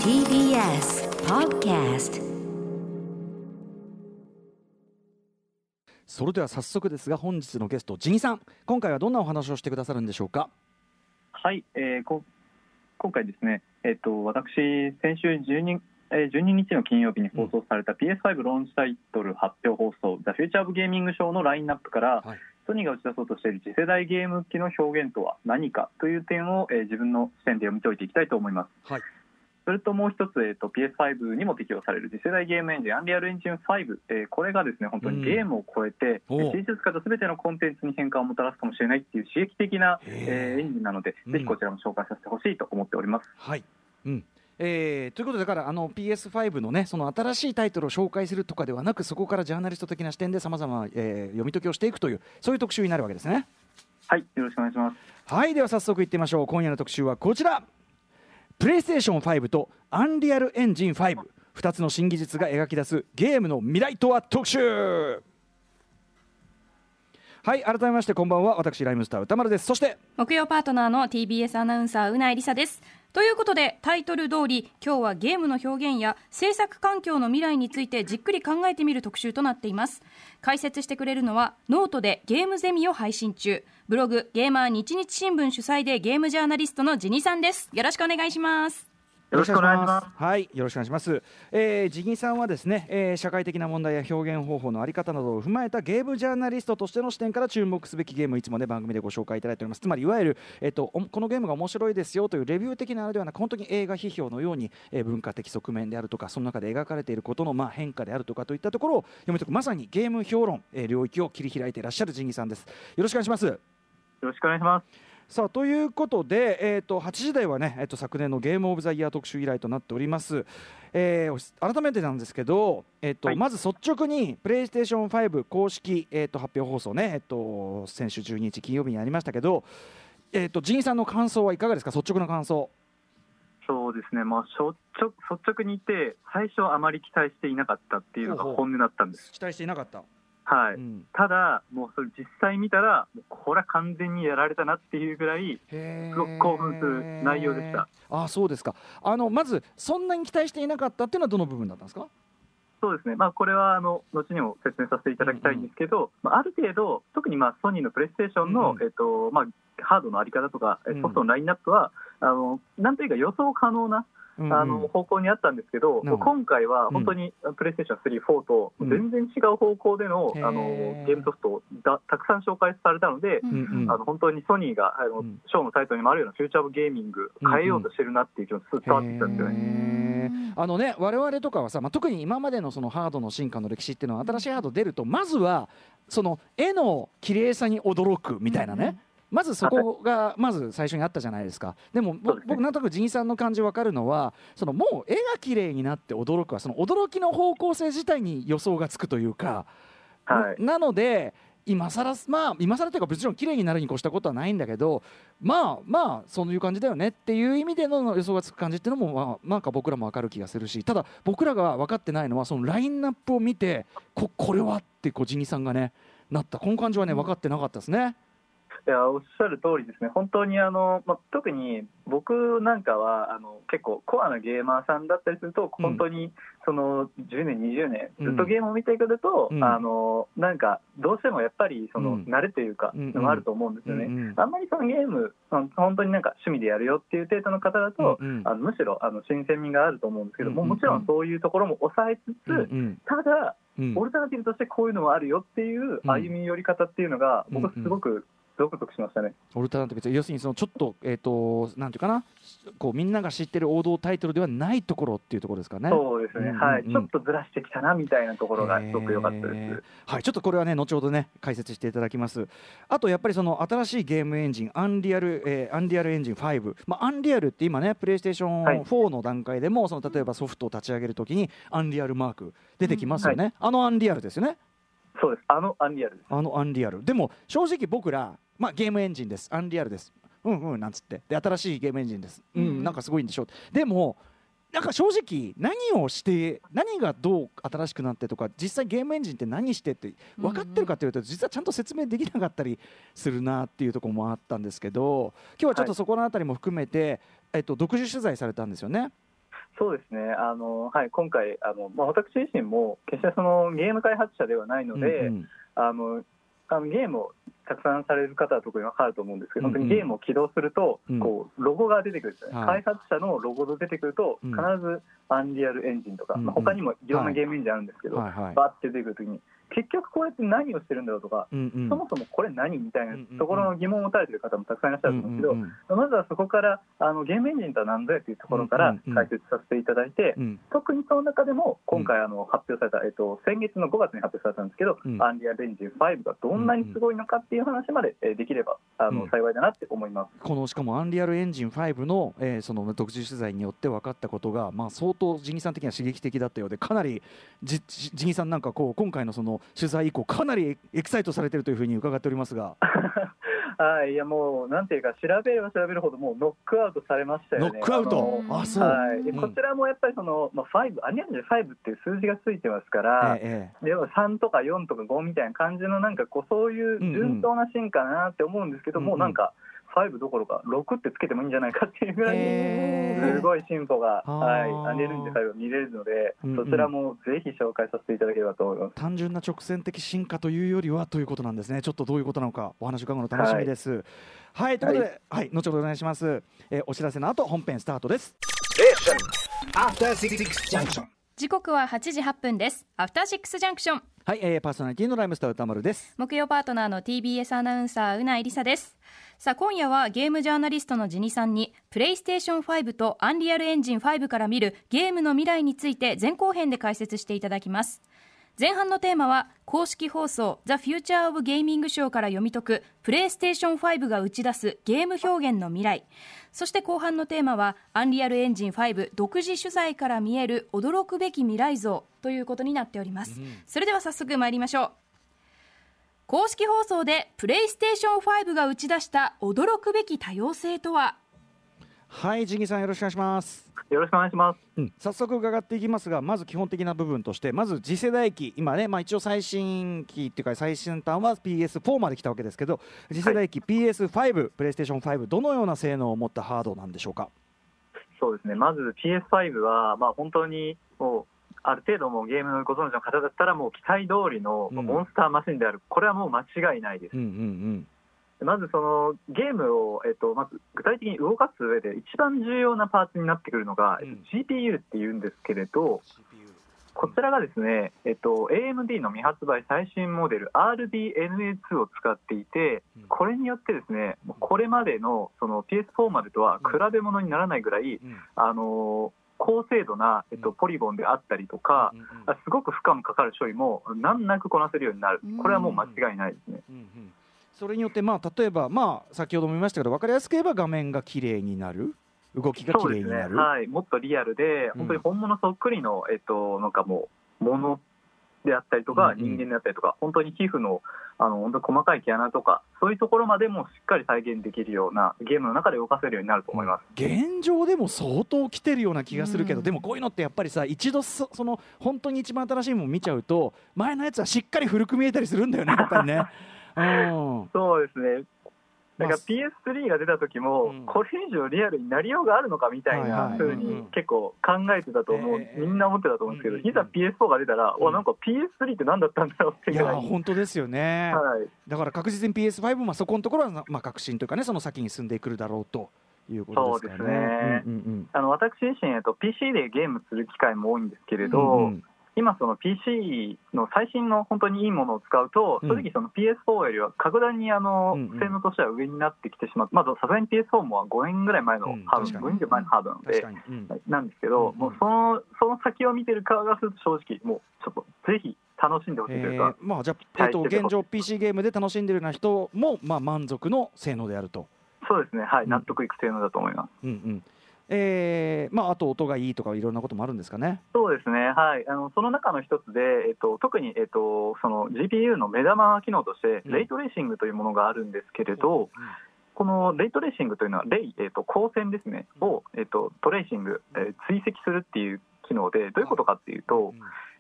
TBS Podcast。 それでは早速ですが、本日のゲストジニさん、今回はどんなお話をしてくださるんでしょうか。 はい、今回ですね、私先週12日の金曜日に放送された PS5 ローンチタイトル発表放送、The Future of Gaming Show のラインナップから、ソニーが打ち出そうとしている次世代ゲーム機の表現とは何かという点を、自分の視点で読み解いていきたいと思います。それともう一つ、PS5 にも適用される次世代ゲームエンジン Unreal Engine 5、これがですね本当にゲームを超えて、技術化と全てのコンテンツに変化をもたらすかもしれないっていう刺激的な、エンジンなので、ぜひこちらも紹介させてほしいと思っております。 ということで、だからPS5 のね、その新しいタイトルを紹介するとかではなく、そこからジャーナリスト的な視点でさまざま読み解きをしていくという、そういう特集になるわけですね。 はい、よろしくお願いします。 はい、では早速いってみましょう。今夜の特集はこちら。プレイステーション5とアンリアルエンジン5、2つの新技術が描き出すゲームの未来とは特集。はい、改めましてこんばんは。私ライムスター歌丸です。そして木曜パートナーの TBS アナウンサーうないりさです。ということで、タイトル通り今日はゲームの表現や制作環境の未来についてじっくり考えてみる特集となっています。解説してくれるのはノートでゲームゼミを配信中、ブログゲーマー日日新聞主催でゲームジャーナリストのジニさんです。よろしくお願いします。 よろしくお願いします。 はい、よろしくお願いします。ジギさんはですね、社会的な問題や表現方法のあり方などを踏まえたゲームジャーナリストとしての視点から注目すべきゲームをいつもね番組でご紹介いただいております。つまりいわゆる、このゲームが面白いですよというレビュー的なあれではなく、本当に映画批評のように、文化的側面であるとか、その中で描かれていることの、変化であるとかといったところを読み解く、まさにゲーム評論、領域を切り開いていらっしゃるジギさんです。よろしくお願いします。 よろしくお願いします。 さあ、ということで、8時台はね、昨年のゲームオブザイヤー特集以来となっております。改めてなんですけど、まず率直にプレイステーション5公式、発表放送ね、先週12日金曜日にありましたけど、ジンさんの感想はいかがですか。率直な感想。 そうですね、率直に言って最初あまり期待していなかったっていうのが本音だったんです。 期待していなかった。 はい、ただもうそれ実際見たらこれは完全にやられたなっていうぐらいすごく興奮する内容でした。 あ、そうですか。まずそんなに期待していなかったっていうのはどの部分だったんですか。 そうですね、これは後にも説明させていただきたいんですけど、ある程度特にソニーのプレイステーションの、ハードのあり方とかソフトのラインナップはなんというか予想可能な方向にあったんですけど、今回は本当にプレイステーション3、4と全然違う方向での、ゲームソフトをたくさん紹介されたので、本当にソニーがショーのタイトルにもあるようなフューチャーオブゲーミング変えようとしてるなっていう気持ちが伝わってきたんですよね。 我々とかはさ、特に今までのそのハードの進化の歴史っていうのは、新しいハード出るとまずはその絵の綺麗さに驚くみたいなね、まずそこがまず最初にあったじゃないですか。でも僕なんとなくジンさんの感じ分かるのは、もう絵が綺麗になって驚くは、その驚きの方向性自体に予想がつくというか、なので今更というか、もちろん綺麗になるに越したことはないんだけど、そういう感じだよねっていう意味での予想がつく感じっていうのも、なんか僕らも分かる気がするし、ただ僕らが分かってないのはそのラインナップを見てこれはってジニさんがねなったこの感じはね分かってなかったですね。 いや、おっしゃる通りですね。本当に特に僕なんかは結構コアなゲーマーさんだったりすると、本当にその10年20年ずっとゲームを見てくると、なんかどうしてもやっぱり慣れというかのもあると思うんですよね。あんまりそのゲーム本当になんか趣味でやるよっていう程度の方だと、むしろ新鮮味があると思うんですけども、もちろんそういうところも抑えつつ、ただオルタナティブとしてこういうのもあるよっていう歩み寄り方っていうのが僕すごくゾクゾクしましたね。 オルタナティブ、要するにちょっとなんていうかな、みんなが知ってる王道タイトルではないところっていうところですかね。 そうですね、ちょっとずらしてきたなみたいなところがすごく良かったです。 はい、ちょっとこれはね後ほどね解説していただきます。あとやっぱりその新しいゲームエンジンアンリアルエンジン5、アンリアルって今ねプレイステーション4の段階でも、例えばソフトを立ち上げるときにアンリアルマーク出てきますよね。アンリアルですよね。 そうです、アンリアルです。 アンリアルでも正直僕らゲームエンジンです、アンリアルです、なんつって、で新しいゲームエンジンです、なんかすごいんでしょう。でもなんか正直何がどう新しくなってとか、実際ゲームエンジンって何してって分かってるかというと、実はちゃんと説明できなかったりするなっていうところもあったんですけど、今日はちょっとそこのあたりも含めて、独自取材されたんですよね。 そうですね、はい、今回私自身も決してそのゲーム開発者ではないので、ゲームをたくさんされる方は特に分かると思うんですけど、本当にゲームを起動すると、こうロゴが出てくるんですね、開発者のロゴが出てくると、必ずアンリアルエンジンとか、他にもいろんなゲームエンジンあるんですけど、バーって出てくるときに、結局これって何をしてるんだろうとか、そもそもこれ何みたいなところの疑問を持たれている方もたくさんいらっしゃると思うんですけど、まずはそこからゲームエンジンとは何ぞやというところから解説させていただいて、特にその中でも今回発表された、先月の5月に発表されたんですけど、アンリアルエンジン5がどんなにすごいのかっていう話までできれば幸いだなって思います。 このしかもアンリアルエンジン5の、その独自取材によって分かったことが、相当ジギーさん的には刺激的だったようで、かなりジギーさんなんかこう今回のその取材以降かなりエキサイトされているというふうに伺っておりますがはい、いやもうなんていうか、調べれば調べるほどもうノックアウトされましたよね。 ノックアウト、そう、 はい、こちらもやっぱりその、アニメで5っていう数字がついてますから、でも3とか4とか5みたいな感じのなんかこうそういう順当な進化だなって思うんですけど、もうなんか5どころか6ってつけてもいいんじゃないかっていうぐらいすごい進歩が、アンリアルエンジン5は見れるので、そちらもぜひ紹介させていただければと思います。 単純な直線的進化というよりはということなんですね。ちょっとどういうことなのかお話伺うの楽しみです。はい、ということで、後ほどお願いします。お知らせの後本編スタートです。 時刻は8時8分です。アフターシックスジャンクション。 はい、パーソナリティのライムスター歌丸です。 木曜パートナーの TBS アナウンサーうないりさです。さあ今夜はゲームジャーナリストのジニさんにプレイステーション5とアンリアルエンジン5から見るゲームの未来について前後編で解説していただきます。前半のテーマは公式放送 The Future of Gaming ショーから読み解くプレイステーション5が打ち出すゲーム表現の未来。そして後半のテーマはアンリアルエンジン5独自取材から見える驚くべき未来像ということになっております。それでは早速参りましょう。公式放送でプレイステーション5が打ち出した驚くべき多様性とは。 はい、ジギーさんよろしくお願いします。 よろしくお願いします。 早速伺っていきますが、まず基本的な部分としてまず次世代機、今ね、一応最新機っていうか最先端は PS4 まで来たわけですけど、次世代機 PS5、プレイステーション5どのような性能を持ったハードなんでしょうか。 そうですね、まず PS5 は本当にもうある程度もうゲームのご存知の方だったらもう期待通りのモンスターマシンである、これはもう間違いないです。まずそのゲームを、まず具体的に動かす上で一番重要なパーツになってくるのが、GPU っていうんですけれど、こちらがですね、AMD の未発売最新モデル RDNA2 を使っていて、これによってですね、これまでのその PS4 までとは比べ物にならないぐらい、高精度な、ポリゴンであったりとか、すごく負荷のかかる処理も難なくこなせるようになる。これはもう間違いないですね。 それによって、例えば、先ほども言いましたけど、分かりやすく言えば画面が綺麗になる、動きが綺麗になる。 そうですね、はい、もっとリアルで本当に本物そっくりの、なんかもう物であったりとか、人間であったりとか、本当に皮膚の本当に細かい毛穴とかそういうところまでもしっかり再現できるようなゲームの中で動かせるようになると思います。 現状でも相当来てるような気がするけど、でもこういうのってやっぱりさ、一度その本当に一番新しいもの見ちゃうと前のやつはしっかり古く見えたりするんだよね、やっぱりね。 そうですね、なんか PS3 が出た時も、これ以上リアルになりようがあるのかみたいな風に結構考えてたと思う、みんな思ってたと思うんですけど、いざ PS4 が出たら、なんか PS3 って何だったんだろうっていうぐらい。 いや本当ですよね、だから確実に PS5 もそこのところは革新というかね、その先に進んでくるだろうということですからね。 そうですね、私自身、PC でゲームする機会も多いんですけれど、今その PC の最新の本当にいいものを使うと、正直その PS4 よりは格段に性能としては上になってきてしまって、さすがに PS4 も5年ぐらい前のハード、5年ぐらい前のハードなので、なんですけど、もうその先を見てる側がすると正直もうちょっとぜひ楽しんでほしいというか、 じゃあ、現状 PC ゲームで楽しんでるような人も、満足の性能であると。 そうですね、はい、納得いく性能だと思います。 あと音がいいとかいろんなこともあるんですかね。 そうですね、はい、その中の一つで、特に、その GPU の目玉機能としてレイトレーシングというものがあるんですけれど、このレイトレーシングというのは光線ですねを、トレーシング、追跡するっていう機能で、どういうことかっていうと、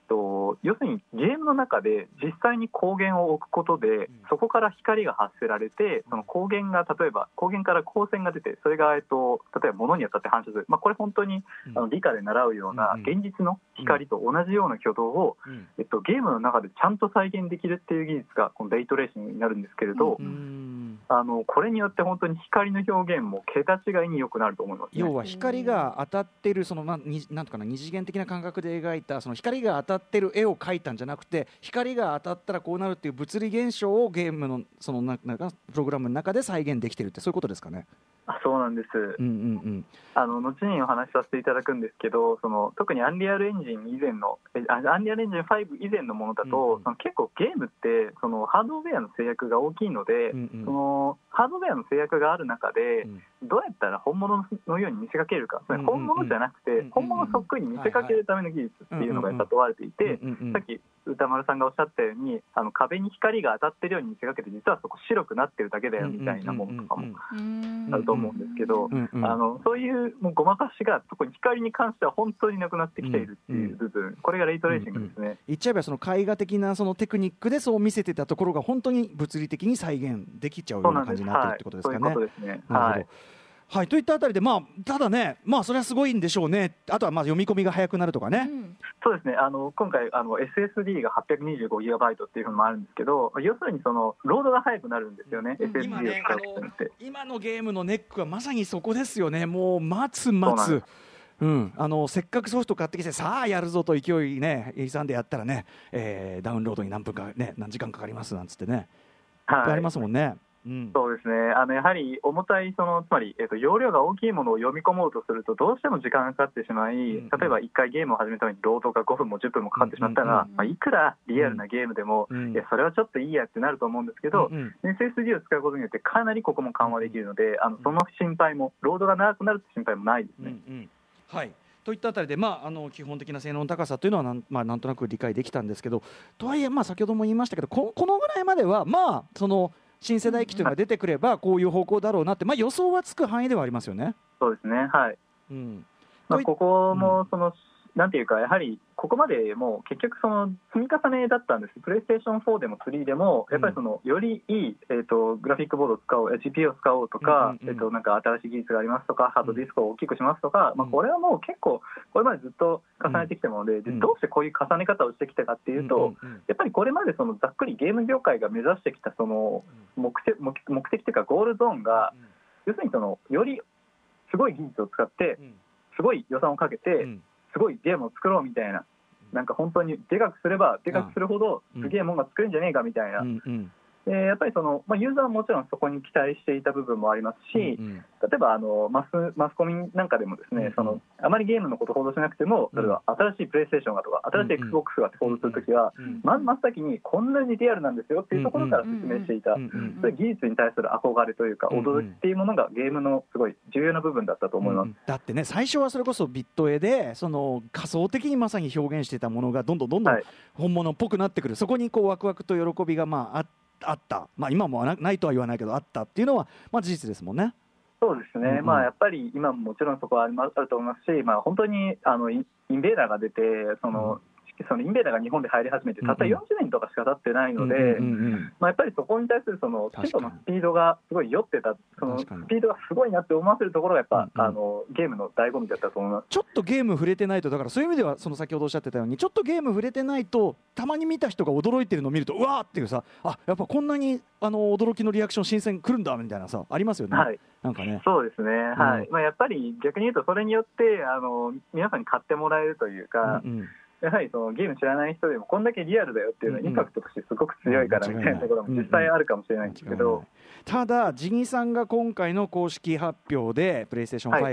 要するにゲームの中で実際に光源を置くことで、そこから光が発せられて、その光源が例えば光源から光線が出て、それが例えば物に当たって反射する、これ本当に理科で習うような現実の光と同じような挙動を、ゲームの中でちゃんと再現できるっていう技術がこのレイトレーシングになるんですけれど、これによって本当に光の表現も桁違いに良くなると思いますね。 要は光が当たってるなんとかな二次元的な感覚で描いたその光が当たってる絵を描いたんじゃなくて、光が当たったらこうなるっていう物理現象をゲームのそのなんかプログラムの中で再現できてるって、そういうことですかね。 そうなんです、後にお話しさせていただくんですけど、特にアンリアルエンジン以前のアンリアルエンジン5以前のものだと、結構ゲームってハードウェアの制約が大きいので、ハードウェアの制約がある中で、どうやったら本物のように見せかけるか、本物じゃなくて本物そっくりに見せかけるための技術っていうのがやっぱ問われていて、さっき歌丸さんがおっしゃったように壁に光が当たってるように見せかけて、実はそこ白くなってるだけだよみたいなものとかもあると思うんですけど、そういうもうごまかしが特に光に関しては本当になくなってきているっていう部分、これがレイトレーシングですね。 言っちゃえばその絵画的なそのテクニックでそう見せてたところが本当に物理的に再現できちゃうような感じになってるってことですかね。 そういうことですね。 はい、といったあたりで、ただね、それはすごいんでしょうね。あとは読み込みが早くなるとかね。 そうですね。今回SSD が 825GB っていうのもあるんですけど、要するにロードが早くなるんですよね。SSD を使うことによって。 今のゲームのネックはまさにそこですよね。もう待つ。せっかくソフト買ってきてさあやるぞと勢いね勇んでやったらね、ダウンロードに何時間かかりますなんつってね、いっぱいありますもんね。 そうですね。やはり重たいつまり、容量が大きいものを読み込もうとするとどうしても時間がかかってしまい、例えば1回ゲームを始めるためにロードが5分も10分もかかってしまったら、いくらリアルなゲームでも、それはちょっといいやってなると思うんですけど、SSD を使うことによってかなりここも緩和できるので、その心配もロードが長くなるって心配もないですね。 はいといったあたりで、基本的な性能の高さというのはなんとなく理解できたんですけど、とはいえ、先ほども言いましたけど、このぐらいまではその新世代機というのが出てくればこういう方向だろうなって、予想はつく範囲ではありますよね。 そうですね。はい。ここもなんていうか、やはりここまでもう結局積み重ねだったんです。プレイステーション4でも3でもやっぱりよりいい、グラフィックボードを使おう、GPU を使おうとか、なんか新しい技術がありますとか、ハードディスクを大きくしますとか、これはもう結構これまでずっと重ねてきたもので、どうしてこういう重ね方をしてきたかっていうと、やっぱりこれまでざっくりゲーム業界が目指してきた目的というかゴールゾーンが、要するによりすごい技術を使ってすごい予算をかけてすごいゲームを作ろうみたいな、なんか本当にでかくすればでかくするほどすげえもんが作るんじゃねえかみたいな、やっぱりユーザーはもちろんそこに期待していた部分もありますし、例えばマスコミなんかでもですね、あまりゲームのことを報道しなくても、例えば新しいプレイステーションがとか新しい XBOX がって報道するときは、真っ先にこんなにリアルなんですよっていうところから説明していた、そういう技術に対する憧れというか驚きっていうものがゲームのすごい重要な部分だったと思います。だってね、最初はそれこそビット絵で仮想的にまさに表現していたものがどんどん本物っぽくなってくる、そこにワクワクと喜びがあった、今もないとは言わないけどあったっていうのは事実ですもんね。 そうですね。やっぱり今ももちろんそこはあると思いますし、本当にインベーダーが出てインベーダーが日本で入り始めてたった40年とかしか経ってないので、やっぱりそこに対する進歩のスピードがすごい酔ってた、スピードがすごいなって思わせるところがやっぱ、ゲームの醍醐味だったと思います。 ちょっとゲーム触れてないと、だからそういう意味では先ほどおっしゃってたように、ちょっとゲーム触れてないとたまに見た人が驚いてるのを見るとうわーっていうさ、やっぱこんなに驚きのリアクション新鮮来るんだみたいなさありますよね。なんかね。 そうですね。はい。やっぱり逆に言うとそれによって皆さんに買ってもらえるというか。やはりゲーム知らない人でもこんだけリアルだよっていうのはインパクトとしてすごく強いからみたいなところも実際あるかもしれないんですけど、 ただジギさんが今回の公式発表でプレイステーション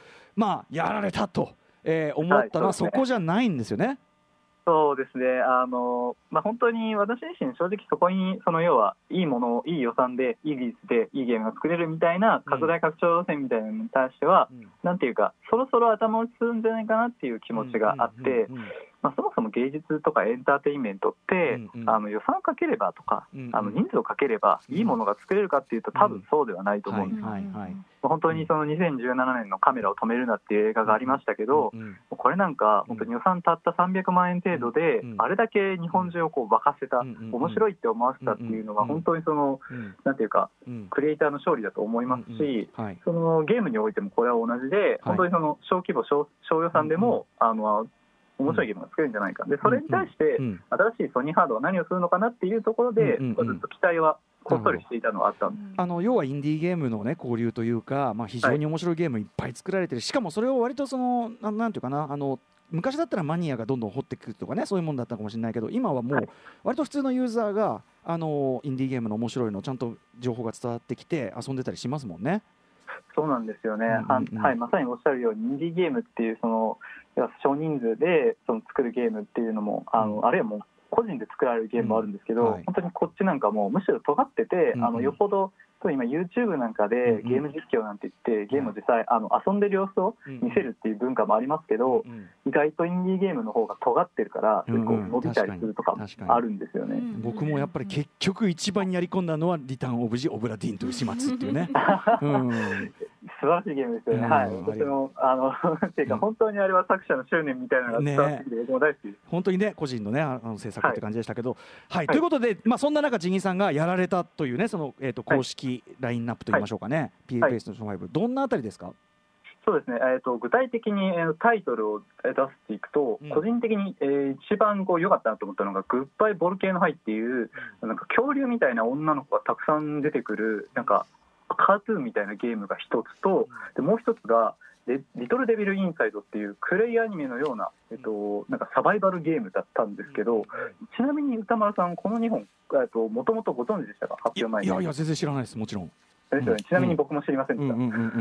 5、やられたと、思ったのはそこじゃないんですよね。 そうですね。本当に私自身正直そこに要はいいものをいい予算でいい技術でいいゲームが作れるみたいな拡大拡張路線みたいなのに対しては、なんていうかそろそろ頭打ちするんじゃないかなっていう気持ちがあって、 そもそも芸術とかエンターテインメントって、予算をかければとか、人数をかければいいものが作れるかっていうと多分そうではないと思うんです。本当にその2017年のカメラを止めるなっていう映画がありましたけど、これなんか本当に予算たった300万円程度で、あれだけ日本中をこう沸かせた、面白いって思わせたっていうのは本当にその、なんていうか、クリエイターの勝利だと思いますし、そのゲームにおいてもこれは同じで、本当にその小規模小予算でも面白いゲームが作れるんじゃないか。でそれに対して新しいソニーハードは何をするのかなっていうところで、ずっと期待はこっそりしていたのはあったんです。 要はインディーゲームの、ね、交流というか、非常に面白いゲームいっぱい作られてる、しかもそれを割とそのなんていうかな、昔だったらマニアがどんどん掘ってくるとかね、そういうものだったかもしれないけど、今はもう割と普通のユーザーがインディーゲームの面白いのちゃんと情報が伝わってきて遊んでたりしますもんね。 そうなんですよね、まさにおっしゃるようにインディーゲームっていうその少人数でその作るゲームっていうのもあるいはもう個人で作られるゲームもあるんですけど、本当にこっちなんかもうむしろ尖ってて、よっぽど今 YouTube なんかでゲーム実況なんて言ってゲームを実際遊んでる様子を見せるっていう文化もありますけど、意外とインディーゲームの方が尖ってるから結構伸びたりするとかあるんですよね。 僕もやっぱり結局一番やり込んだのはリターンオブジオブラディンという始末っていうね素晴らしいゲームですよね。私もっていうか本当にあれは作者の執念みたいなのが伝わってきて、僕も大好きです。 本当にね個人のね制作って感じでしたけど、ということで、そんな中ジギーさんがやられたというねその公式ラインナップといいましょうかね、PlayStation 5、どんなあたりですか？ そうですね、具体的にタイトルを出していくと、個人的に一番良かったなと思ったのがグッバイボルケーノハイっていうなんか恐竜みたいな女の子がたくさん出てくるなんかカートゥーンみたいなゲームが一つと、でもう一つがリトルデビルインサイドっていうクレイアニメのような、なんかサバイバルゲームだったんですけど、ちなみに歌丸さんこの2本もともとご存知でしたか？発表前に。 いや全然知らないです。もちろんですよね。ちなみに僕も知りませんでした。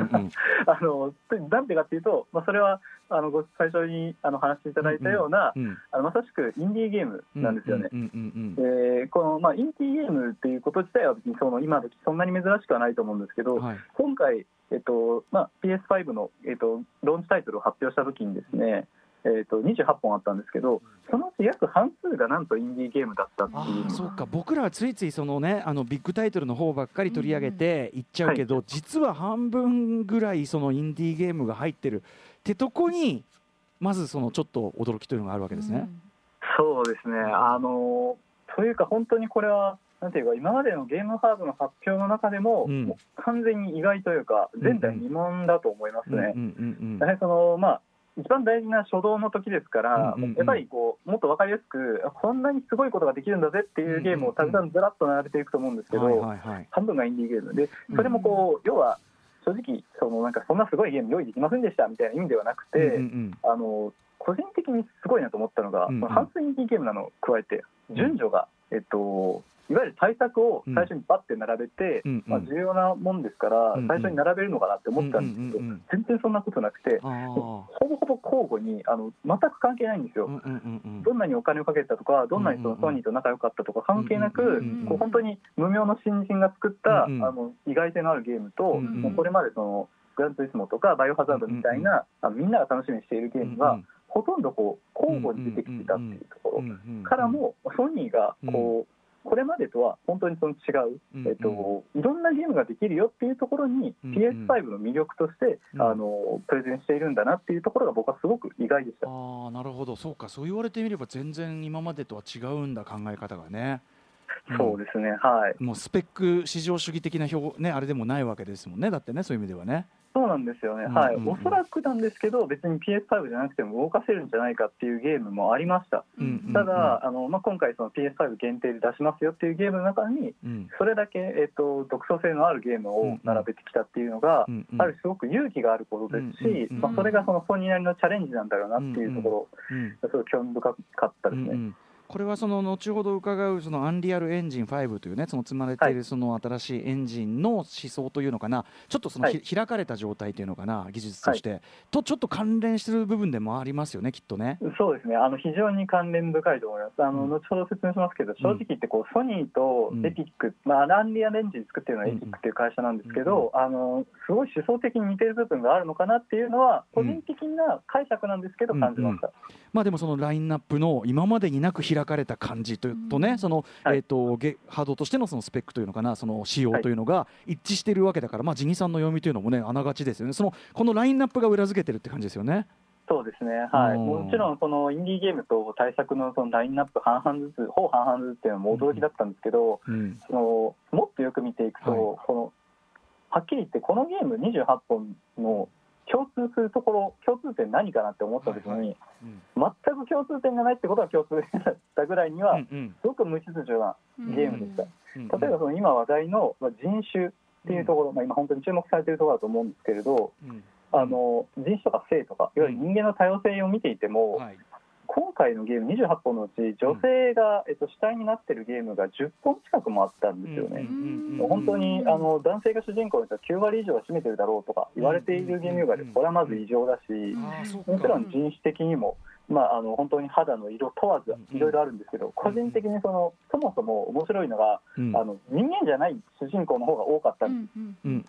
なんでかっていうと、それは最初に話していただいたような、まさしくインディーゲームなんですよね。このインディーゲームっていうこと自体は別に今時そんなに珍しくはないと思うんですけど、今回、PS5 の、ローンチタイトルを発表した時にですね、28本あったんですけど、そのうち約半数がなんとインディーゲームだったっていう。 そうか、僕らはついついそのねビッグタイトルの方ばっかり取り上げていっちゃうけど、実は半分ぐらいそのインディーゲームが入ってるってとこにまずそのちょっと驚きというのがあるわけですね。 そうですね、というか本当にこれはなんていうか今までのゲームハードの発表の中でも、もう完全に意外というか前代未聞だと思いますね。やはり一番大事な初動の時ですから、やっぱりもっと分かりやすくこんなにすごいことができるんだぜっていうゲームをたくさんずらっと並べていくと思うんですけど、半分がインディーゲームで、それも要は正直なんかそんなすごいゲーム用意できませんでしたみたいな意味ではなくて、個人的にすごいなと思ったのが、半数インディーゲームなのを加えて順序が、いわゆる対策を最初にバッて並べて、重要なもんですから最初に並べるのかなって思ったんですけど、全然そんなことなくて、ほぼほぼ交互に全く関係ないんですよ。どんなにお金をかけたとか、どんなにソニーと仲良かったとか関係なく、本当に無名の新人が作った意外性のあるゲームと、これまでグランツーリスモとかバイオハザードみたいなみんなが楽しみにしているゲームがほとんど交互に出てきてたっていうところからも、ソニーがこれまでとは本当にその違う、いろんなゲームができるよっていうところに PS5 の魅力としてプレゼンしているんだなっていうところが僕はすごく意外でした。 なるほど、そうか、そう言われてみれば全然今までとは違うんだ、考え方がね。 そうですね、 もうスペック至上主義的なあれでもないわけですもんね。だってね、そういう意味ではね。 そうなんですよね、おそらくなんですけど別に PS5 じゃなくても動かせるんじゃないかっていうゲームもありました。ただ今回その PS5 限定で出しますよっていうゲームの中に、それだけ、独創性のあるゲームを並べてきたっていうのが、あるすごく勇気があることですし、それがそのソニーなりのチャレンジなんだろうなっていうところ、すごい興味深かったですね。 これはその後ほど伺うそのアンリアルエンジン5というね、その積まれているその新しいエンジンの思想というのかな、ちょっとその開かれた状態というのかな、技術として、とちょっと関連している部分でもありますよね、きっとね。 そうですね、非常に関連深いと思います。後ほど説明しますけど、正直言ってソニーとエピック、アンリアルエンジン作っているのはエピックという会社なんですけど、すごい思想的に似ている部分があるのかなっていうのは個人的な解釈なんですけど感じました。 でもそのラインナップの今までになく開かれた感じとね、そのハードとしてのそのスペックというのかな、その仕様というのが一致しているわけだから、ジギさんの読みというのもね、あながちですよね。このラインナップが裏付けてるって感じですよね。 そうですね、はい、もちろんこのインディーゲームと対策のそのラインナップ半々ずつ、ほぼ半々ずつっていうのも驚きだったんですけど、もっとよく見ていくと、はっきり言ってこのゲーム28本の共通するところ、共通点何かなって思った時に、全く共通点がないってことは共通点だったぐらいにはすごく無秩序なゲームでした。例えば今話題の人種っていうところ、今本当に注目されているところだと思うんですけれど、人種とか性とかいわゆる人間の多様性を見ていても、今回のゲーム28本のうち女性が主体になっているゲームが10本近くもあったんですよね。本当に男性が主人公の人は9割以上は占めてるだろうとか言われているゲーム業界で、これはまず異常だし、もちろん人種的にも本当に肌の色問わずいろいろあるんですけど、個人的にそもそも面白いのが、人間じゃない主人公の方が多かったんです。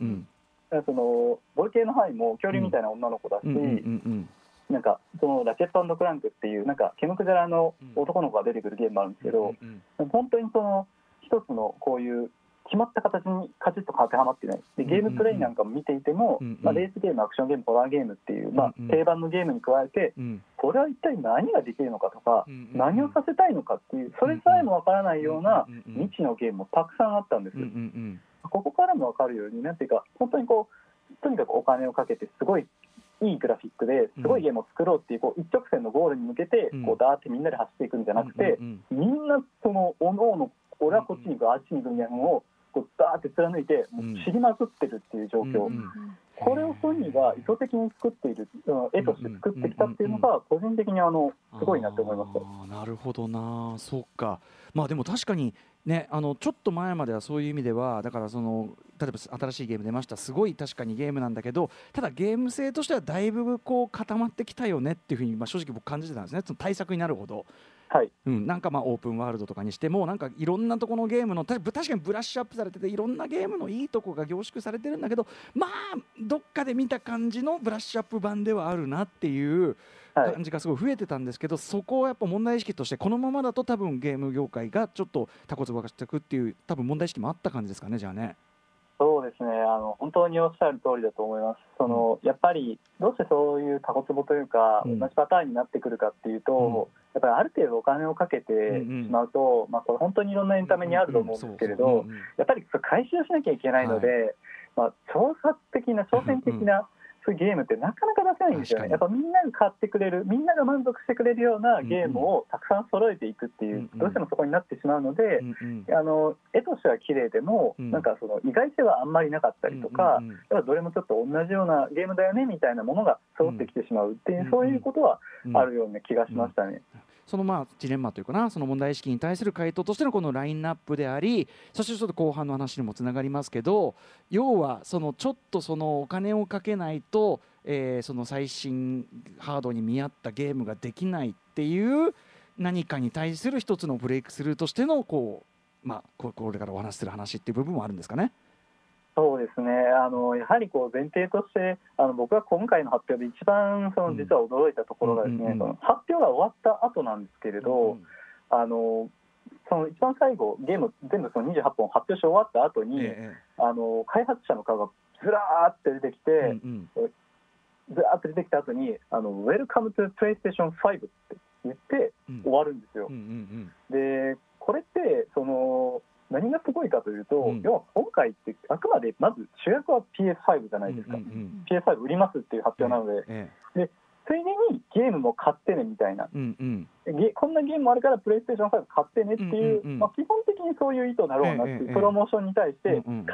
ボルケーノハイも恐竜みたいな女の子だし、なんかそのラチェット&クランクっていうなんかケムクジャラの男の子が出てくるゲームもあるんですけど、本当にその一つのこういう決まった形にカチッと当てはまってないで、ゲームプレイなんかも見ていても、レースゲーム、アクションゲーム、ホラーゲームっていう、定番のゲームに加えて、これは一体何ができるのかとか、何をさせたいのかっていう、それさえもわからないような未知のゲームもたくさんあったんです。ここからもわかるように、なんていうか、本当にとにかくお金をかけてすごいいいグラフィックですごいゲームを作ろうっていう、一直線のゴールに向けてダーってみんなで走っていくんじゃなくて、みんなそのおのおの俺はこっちに行くあっちに行くみたいなのをダーって貫いて知りまくってるっていう状況、これをソニーが意図的に作っている、絵として作ってきたっていうのが個人的にすごいなって思いました。 なるほどな、そうか。でも確かにね、ちょっと前まではそういう意味では、だから例えば新しいゲーム出ました、すごい確かにゲームなんだけど、ただゲーム性としてはだいぶ固まってきたよねっていうふうに、正直僕感じてたんですね、その対策になるほど。なんかオープンワールドとかにしても、なんかいろんなところのゲームの確かにブラッシュアップされてて、いろんなゲームのいいとこが凝縮されてるんだけど、どっかで見た感じのブラッシュアップ版ではあるなっていう感じがすごい増えてたんですけど、そこをやっぱ問題意識として、このままだと多分ゲーム業界がちょっとタコツバがしていくっていう多分問題意識もあった感じですかね、じゃあね。 そうですね、本当におっしゃる通りだと思います。やっぱりどうしてそういうタコツボというか、同じパターンになってくるかっていうと、やっぱりある程度お金をかけてしまうと、これ本当にいろんなエンタメにあると思うんですけれど、やっぱり回収しなきゃいけないので、挑戦的なそういうゲームってなかなか出せないんですよね。やっぱみんなが買ってくれる、みんなが満足してくれるようなゲームをたくさん揃えていくっていう、どうしてもそこになってしまうので、絵としては綺麗でも、なんかその意外性はあんまりなかったりとか、やっぱどれもちょっと同じようなゲームだよねみたいなものが揃ってきてしまうっていう、そういうことはあるような気がしましたね。 そのジレンマというかな、その問題意識に対する回答としてのこのラインナップであり、そしてちょっと後半の話にもつながりますけど、要はちょっとお金をかけないと、その最新ハードに見合ったゲームができないっていう何かに対する一つのブレイクスルーとしてのこれからお話しする話っていう部分もあるんですかね。 そうですね、やはり前提として僕は今回の発表で一番実は驚いたところがですね、発表が終わった後なんですけれど、その一番最後ゲーム全部28本発表し終わった後に、開発者の顔がずらーって出てきて、ずらーって出てきた後にWelcome to PlayStation 5って言って終わるんですよ。でこれって何がすごいかというと、要は今回ってあくまでまず主役は PS5 じゃないですか。PS5 売りますっていう発表なので、ついでにゲームも買ってねみたいな、こんなゲームもあるからプレイステーション5買ってねっていう、基本的にそういう意図だろうなっていうプロモーションに対して、開発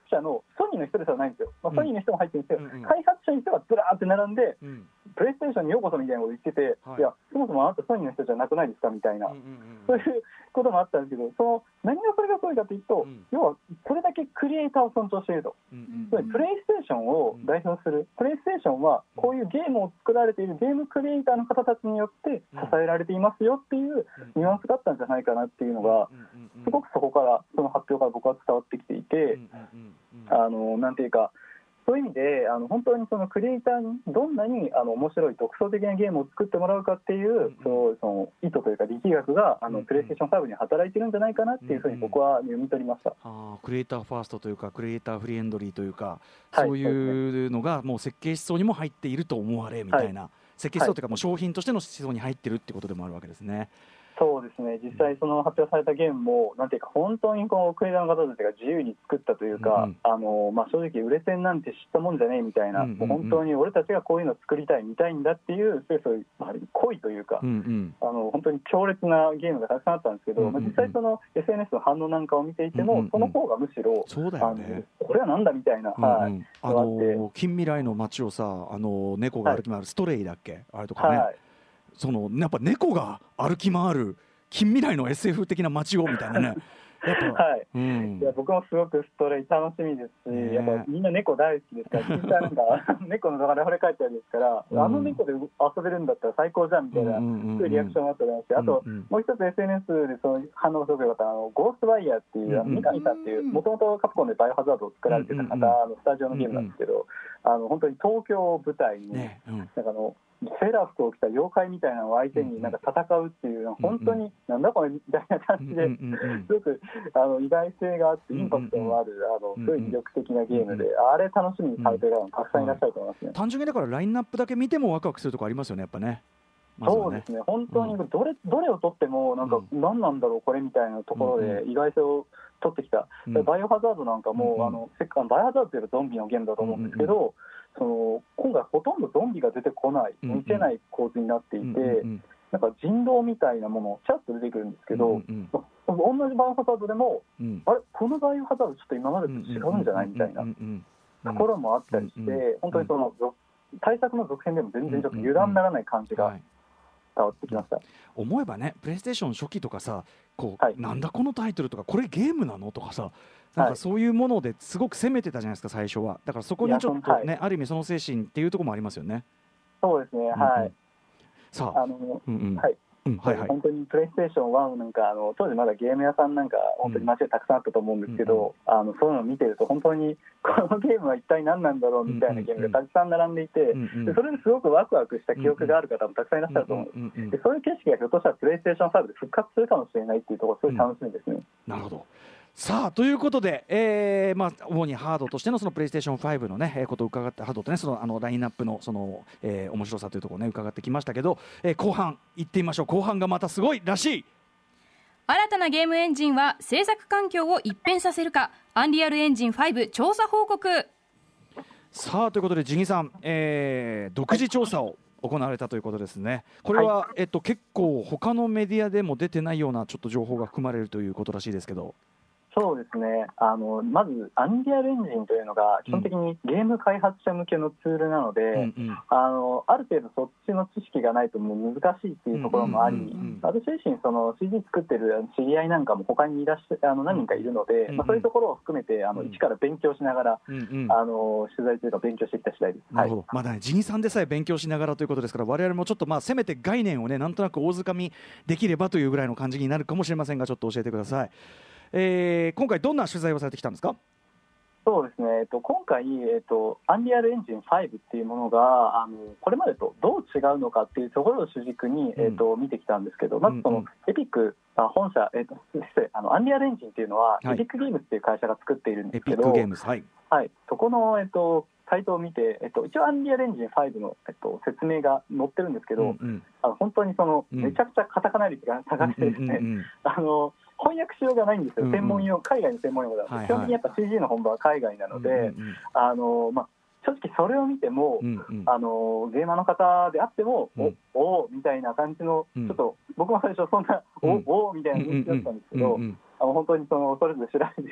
者のソニーの人ではないんですよ、ソニーの人も入ってるんですけど、 うんうん開発者の人がずらーって並んで、 うんプレイステーションにようこそみたいなこと言ってて、 はいいやそもそもあなたソニーの人じゃなくないですかみたいな、そういうこともあったんですけど、何がそれがすごいかというと、要はこれだけクリエイターを尊重していると、つまりプレイステーションを代表する、プレイステーションはこういうゲームを作られているゲームクリエイターの方たちによって支えられていますよっていうニュアンスだったんじゃないかなっていうのが、すごくそこからその発表から僕は伝わってきていて、なんていうかそういう意味で本当にそのクリエイターにどんなに面白い独創的なゲームを作ってもらうかっていうその意図というか力学がプレイステーション5に働いてるんじゃないかなっていうふうに僕は読み取りました。 クリエイターファーストというかクリエイターフリーエンドリーというか、 はい、 そういうのがもう設計思想にも入っていると思われみたいな、設計思想というかもう商品としての思想に入ってるってことでもあるわけですね。 そうですね、実際その発表されたゲームもなんていうか本当にこうクリエイターの方たちが自由に作ったというか、正直売れ線なんて知ったもんじゃねえみたいな、もう本当に俺たちがこういうのを作りたい見たいんだっていうそういう恋というか、本当に強烈なゲームがたくさんあったんですけど、実際その SNS の反応なんかを見ていても、その方がむしろそうだよね、 これはなんだみたいな、 近未来の街をさ猫が歩き回るストレイだっけ、あれとかね、やっぱ猫が歩き回る近未来の SF 的な街をみたいなねやっぱ、 いや僕もすごくストレイ楽しみですし、やっぱみんな猫大好きですから、実際なんか猫の動画で惚れ返ったりですから、猫で遊べるんだったら最高じゃんみたいな、そういうリアクションがあったりして、あともう一つ SNS でその反応がすごく良かったゴーストバイヤーっていう三上さんっていうもともとカプコンでバイオハザードを作られてた方のスタジオのゲームなんですけど、本当に東京を舞台になんかセーラー服を着た妖怪みたいなのを相手になんか戦うっていう、本当になんだこれみたいな感じですごく意外性があってインパクトのあるすごい魅力的なゲームで、あれ楽しみにされてる方もたくさんいらっしゃると思いますね。 単純にだからラインナップだけ見てもワクワクするところありますよね、やっぱね。 そうですね、本当にどれを取ってもなんか何なんだろうこれみたいなところで意外性を取ってきた、バイオハザードなんかもバイオハザードというとゾンビのゲームだと思うんですけど、今回ほとんどゾンビが出てこない見せない構図になっていて、なんか人狼みたいなものちらっと出てくるんですけど、同じバイオハザードでも、あれこのバイオハザードちょっと今までと違うんじゃないみたいなところもあったりして、本当にその対策の続編でも全然ちょっと油断ならない感じが伝わってきました。 思えばね、プレイステーション初期とかさ、なんだこのタイトルとかこれゲームなのとかさ、なんかそういうものですごく攻めてたじゃないですか最初は。だからそこにちょっとね、ある意味その精神っていうところもありますよね。 そうですね、はい。 さあ、 本当にプレイステーション1なんか当時まだゲーム屋さんなんか本当に街でたくさんあったと思うんですけど、そういうのを見てると本当にこのゲームは一体何なんだろうみたいなゲームがたくさん並んでいて、それですごくワクワクした記憶がある方もたくさんいらっしゃると思うんです。でそういう景色がひょっとしたらプレイステーション5で復活するかもしれないっていうところすごい楽しみですね。 なるほど。さあということで、主にハードとしてのそのプレイステーション5のね、ことを伺ってハードとねそのラインナップのその、面白さというところをね伺ってきましたけど、後半行ってみましょう。後半がまたすごいらしい。 新たなゲームエンジンは制作環境を一変させるか、アンリアルエンジン5調査報告。 さあということでジギさん、独自調査を行われたということですね。これは、結構他のメディアでも出てないようなちょっと情報が含まれるということらしいですけど。 そうですね、まずアンリアルエンジンというのが基本的にゲーム開発者向けのツールなので、ある程度そっちの知識がないともう難しいっていうところもあり、私自身その CD 作ってる知り合いなんかも他にいらっしゃ何人かいるので、そういうところを含めて一から勉強しながら、取材というか勉強してきた次第です。 なるほど、まだねジギさんでさえ勉強しながらということですから、我々もちょっとせめて概念をねなんとなく大掴みできればというぐらいの感じになるかもしれませんが、ちょっと教えてください。今回どんな取材をされてきたんですか？ そうですね、今回、アンリアルエンジン5っていうものがこれまでとどう違うのかっていうところを主軸に、見てきたんですけど、まずそのエピック本社、アンリアルエンジンっていうのは、エピックゲームズっていう会社が作っているんですけど、 エピックゲームズ、はい、 そこの、サイトを見て、一応アンリアルエンジン5の、説明が載ってるんですけど、本当にその、めちゃくちゃカタカナ率が高くてですね、翻訳しようがないんですよ、専門用海外の専門用語だと、基本的にやっぱ CG の本場は海外なので、正直それを見ても、ゲーマーの方であっても、おみたいな感じの、ちょっと僕も最初そんなおみたいな認識だったんですけど、本当にそれぞれ調べてき 、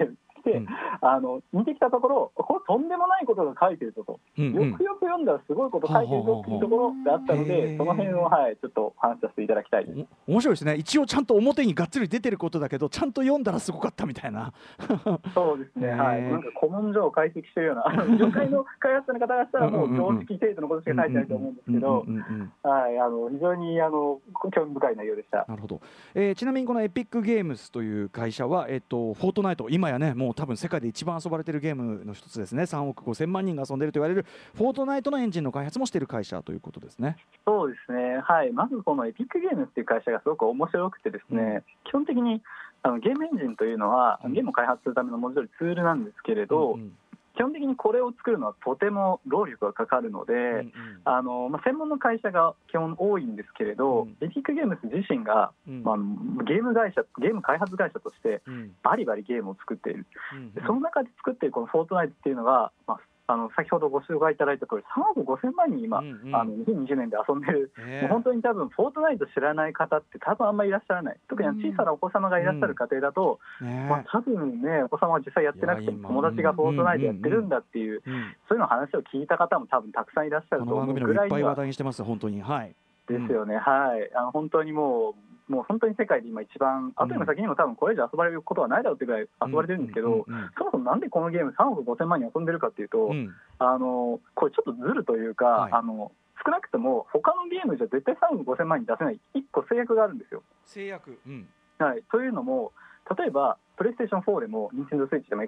見てきたところ、これとんでもないことが書いてるぞと、よくよく読んだらすごいこと書いてるぞっていうところがあったので、その辺を、ちょっと話させていただきたいです。 面白いですね。一応ちゃんと表にがっつり出てることだけど、ちゃんと読んだらすごかったみたいな。 そうですね、なんか古文書を解析してるような業界の開発者の方がしたらもう常識程度のことしか書いてないと思うんですけど、非常に興味深い内容でした。 なるほど。ちなみにこのエピックゲームズという会社は、フォートナイト、今やねもう多分世界で一番遊ばれているゲームの一つですね。3億5000万人が遊んでいると言われるフォートナイトのエンジンの開発もしている会社ということですね。 そうですね、まずこのエピックゲームズという会社がすごく面白くてですね、基本的にゲームエンジンというのは、ゲームを開発するための文字通りツールなんですけれど、基本的にこれを作るのはとても労力がかかるので、専門の会社が基本多いんですけれど、エピックゲームズ自身が、ゲーム開発会社としてバリバリゲームを作っている、その中で作っているこのフォートナイトっていうのが、先ほどご紹介いただいた通り3億5000万人今、2020年で遊んでる、もう本当に多分フォートナイト知らない方って多分あんまりいらっしゃらない、特に小さなお子様がいらっしゃる家庭だと、多分ね、お子様は実際やってなくても友達がフォートナイトやってるんだっていう、そういうの話を聞いた方も多分たくさんいらっしゃると思うぐらいには。 この番組でもいっぱい話題にしてます本当に。 ですよね、本当にもう本当に世界で今一番、後にも先にも多分これ以上遊ばれることはないだろうってぐらい遊ばれてるんですけど、そもそもなんでこのゲーム3億5000万人遊んでるかっていうと、これちょっとずるというか、少なくとも他のゲームじゃ絶対3億5000万人出せない1個制約があるんですよ。 制約、 というのも、例えばプレイステーション4でも Nintendo Switch でも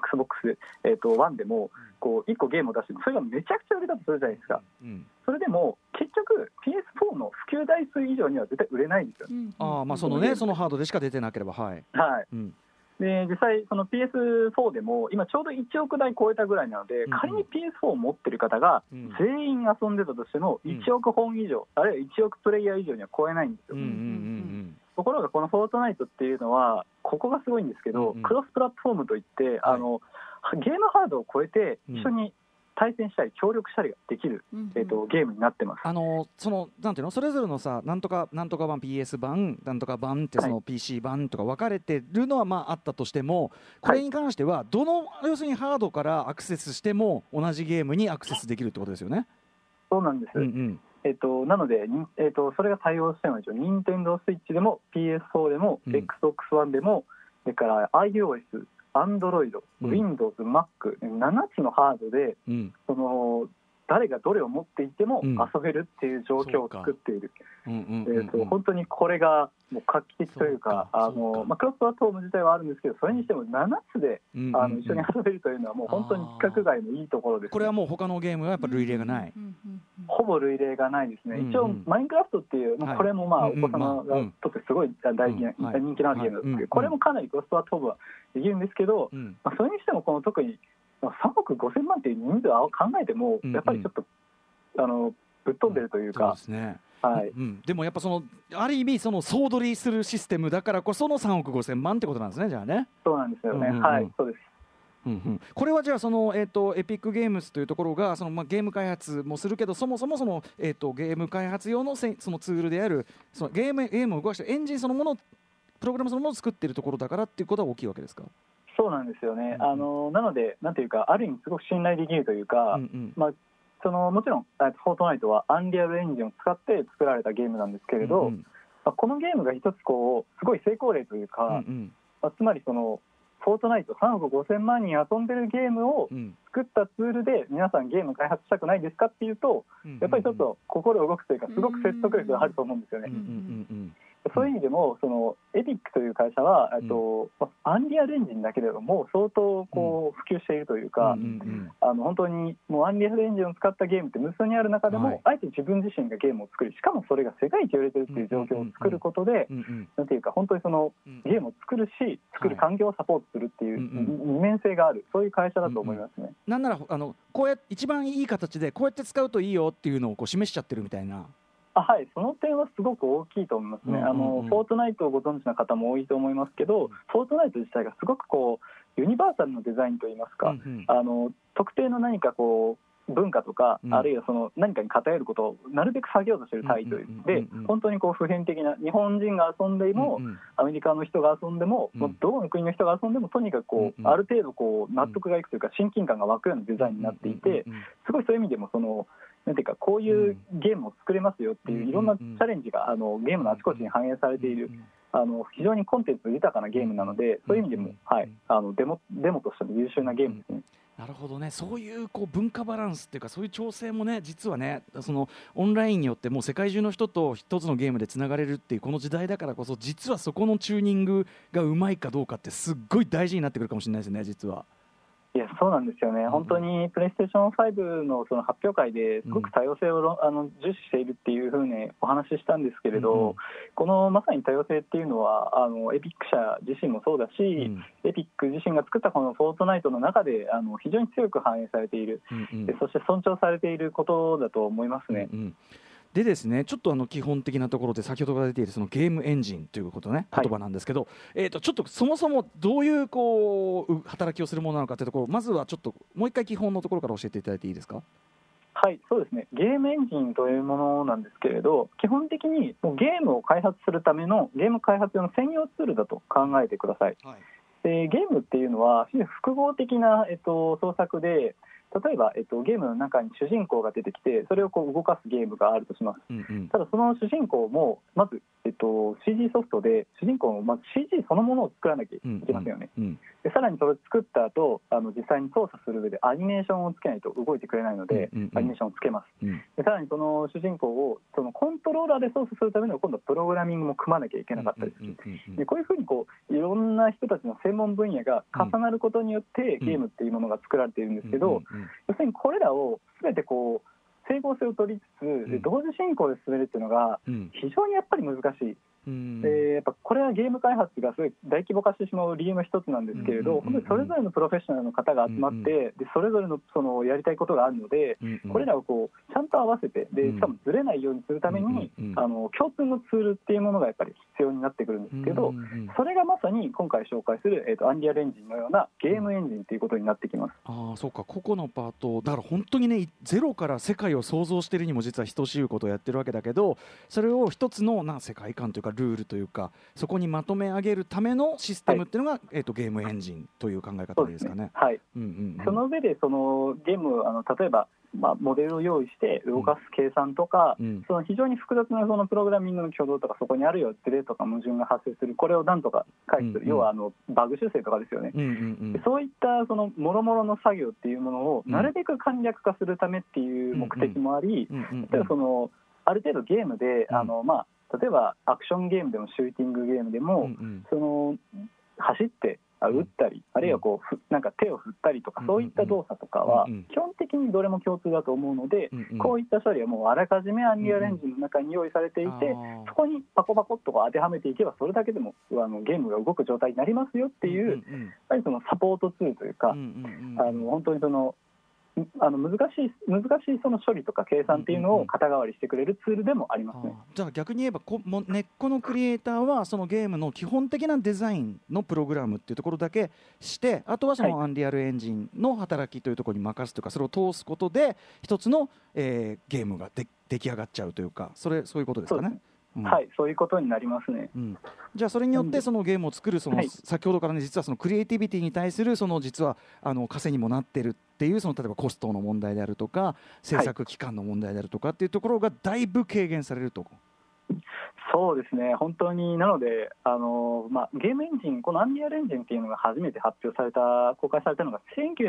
XBOX1 でもこう1個ゲームを出してそれがめちゃくちゃ売れたとするじゃないですか、それでも結局 PS4 の普及台数以上には絶対売れないんですよ、 そのハードでしか出てなければ。 で実際その PS4 でも今ちょうど1億台超えたぐらいなので、仮に PS4 を持ってる方が全員遊んでたとしても1億本以上、あるいは1億プレイヤー以上には超えないんですよ。ところがこのフォートナイトっていうのはここがすごいんですけど、クロスプラットフォームといって、ゲームハードを超えて一緒に対戦したり協力したりができる、ゲームになってます。 なんていうの、それぞれのさ、なんとか版 PS 版なんとか版ってその PC 版とか分かれてるのはあったとしても、これに関してはどの要するにハードからアクセスしても同じゲームにアクセスできるってことですよね。 そうなんです、なので、それが対応してるのは任天堂スイッチでも PS4 でも、Xbox One でも、それから iOS、Android、Windows、Mac、7つのハードで、その誰がどれを持っていても遊べるっていう状況を作っている。本当にこれがもう画期的というか、クロスプラットフォーム自体はあるんですけど、それにしても7つで一緒に遊べるというのはもう本当に規格外のいいところです、 これはもう他のゲームはやっぱり類例がない、 ほぼ類例がないですね。一応マインクラフトっていう、これもお子様がとってすごい人気のあるゲームなんですけど、これもかなりクロスプラットフォームはできるんですけど、それにしてもこの特に3億5000万っていう人数を考えてもやっぱりちょっとぶっ飛んでるというか、でもやっぱある意味その総取りするシステムだからこその3億5000万ってことなんですね。じゃあね。 そうなんですよね。そうです。 これはじゃあエピックゲームズというところがゲーム開発もするけど、そもそもゲーム開発用のそのツールであるゲームを動かしてエンジンそのもの、プログラムそのものを作っているところだからっていうことは大きいわけですか。 そうなんですよね。なのでなんていうか、ある意味すごく信頼できるというか、もちろんフォートナイトはアンリアルエンジンを使って作られたゲームなんですけれど、このゲームが一つすごい成功例というか、つまりフォートナイト3億5000万人遊んでるゲームを作ったツールで皆さんゲーム開発したくないですかっていうと、やっぱりちょっと心動くというか、すごく説得力があると思うんですよね。そういう意味でもエピックという会社はアンリアルエンジンだけでも相当普及しているというか、本当にもうアンリアルエンジンを使ったゲームって無数にある中でも、あえて自分自身がゲームを作り、しかもそれが世界一売れてるっていう状況を作ることで、なんていうか本当にゲームを作るし、作る環境をサポートするっていう二面性がある、そういう会社だと思いますね。 なんならこうやって一番いい形でこうやって使うといいよっていうのを示しちゃってるみたいな。 その点はすごく大きいと思いますね。フォートナイトをご存知の方も多いと思いますけど、フォートナイト自体がすごくユニバーサルのデザインといいますか、特定の何か文化とか、 うんあるいはその何かに偏ることをなるべく下げようとしているタイトルで、本当にこう普遍的な、日本人が遊んでも、アメリカの人が遊んでも、もうどこの国の人が遊んでもとにかくこう、ある程度こう納得がいくというか親近感が湧くようなデザインになっていて、すごいそういう意味でもそのなんていうか、こういうゲームを作れますよっていういろんなチャレンジがゲームのあちこちに反映されている、非常にコンテンツ豊かなゲームなので、そういう意味でも、はい、デモとしても優秀なゲームですね。 なるほどね。そういうこう文化バランスっていうか、そういう調整もね、実はね、そのオンラインによってもう世界中の人と一つのゲームでつながれるっていうこの時代だからこそ、実はそこのチューニングがうまいかどうかってすっごい大事になってくるかもしれないですね、実は。 いや、そうなんですよね、本当にプレイステーション5のその発表会ですごく多様性を重視しているっていうふうにお話ししたんですけれど、このまさに多様性っていうのはエピック社自身もそうだし、エピック自身が作ったこのフォートナイトの中で非常に強く反映されている、そして尊重されていることだと思いますね。 でですね、ちょっと基本的なところで先ほどから出ているそのゲームエンジンということね、言葉なんですけど、ちょっとそもそもどういうこう働きをするものなのかというところ、まずはちょっともう一回基本のところから教えていただいていいですか。 はい、そうですね。ゲームエンジンというものなんですけれど、基本的にもうゲームを開発するためのゲーム開発用の専用ツールだと考えてください。でゲームっていうのは非常に複合的な、創作で、例えば、ゲームの中に主人公が出てきて、それをこう動かすゲームがあるとします。ただその主人公もまず、CG ソフトで主人公の、CG そのものを作らなきゃいけませんよね。でさらにそれを作った後実際に操作する上でアニメーションをつけないと動いてくれないので、アニメーションをつけます。でさらにその主人公をそのコントローラーで操作するための今度はプログラミングも組まなきゃいけなかったりする。でこういうふうにいろんな人たちの専門分野が重なることによってゲームっていうものが作られているんですけど、要するにこれらを全て整合性を取りつつ同時進行で進めるっていうのが非常にやっぱり難しい。でやっぱこれはゲーム開発がすごい大規模化してしまう理由の一つなんですけれど、本当にそれぞれのプロフェッショナルの方が集まって、でそれぞれのそのやりたいことがあるので、これらをちゃんと合わせて、でしかもずれないようにするために共通のツールっていうものがやっぱり必要になってくるんですけど、それがまさに今回紹介するアンリアルエンジンのようなゲームエンジンということになってきます。 そうか、個々のパートだから本当にね、ゼロから世界を想像しているにも実は等しいことをやってるわけだけど、それを一つの世界観というかルールというか、そこにまとめ上げるためのシステムっていうのが、ゲームエンジンという考え方ですかね。 その上でそのゲーム例えばモデルを用意して動かす計算とか、その非常に複雑なそのプログラミングの挙動とか、そこにあるよズレとか矛盾が発生する、これをなんとか回避する、要はバグ修正とかですよね。そういったそのもろもろの作業っていうものをなるべく簡略化するためっていう目的もあり、例えばそのある程度ゲームで例えばアクションゲームでもシューティングゲームでも、その走って打ったり、あるいはなんか手を振ったりとか、そういった動作とかは基本的にどれも共通だと思うので、こういった処理はもうあらかじめアンリアルエンジンの中に用意されていて、そこにパコパコっと当てはめていけば、それだけでもゲームが動く状態になりますよっていう、やっぱりそのサポートツールというか、本当にその難しいその処理とか計算っていうのを肩代わりしてくれるツールでもありますね。 じゃあ逆に言えば根っこのクリエイターはそのゲームの基本的なデザインのプログラムっていうところだけして、あとはそのアンリアルエンジンの働きというところに任すというか、それを通すことで一つの、ゲームが出来上がっちゃうというか、そういうことですかね。 そういうことになりますね。 じゃあそれによってそのゲームを作る先ほどからね、実はそのクリエイティビティに対するその実は稼にもなってるっていう、その例えばコストの問題であるとか制作期間の問題であるとかっていうところがだいぶ軽減されると。 そうですね、本当に。なのでゲームエンジン、このアンリアルエンジンっていうのが初めて公開されたのが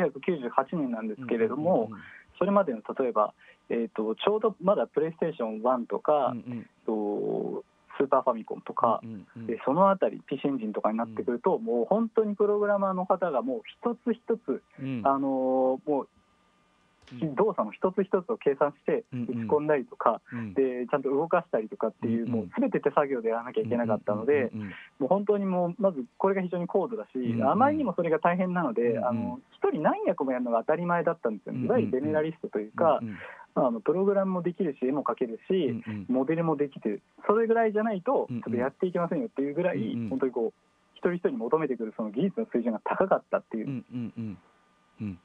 1998年なんですけれども、それまでの例えば、ちょうどまだプレイステーション1とか、スーパーファミコンとか、そのあたり PC エンジンとかになってくると、もう本当にプログラマーの方がもう一つ一つ、もう動作の一つ一つを計算して打ち込んだりとか、でちゃんと動かしたりとかっていう、もう全て手作業でやらなきゃいけなかったので、もう本当にもうまずこれが非常に高度だし、あまりにもそれが大変なので、一人何役もやるのが当たり前だったんですよね。いわゆるゼネラリストというか、プログラムもできるし絵も描けるし、モデルもできてる、それぐらいじゃないとちょっとやっていけませんよっていうぐらい、本当に一人一人に求めてくるその技術の水準が高かったっていう。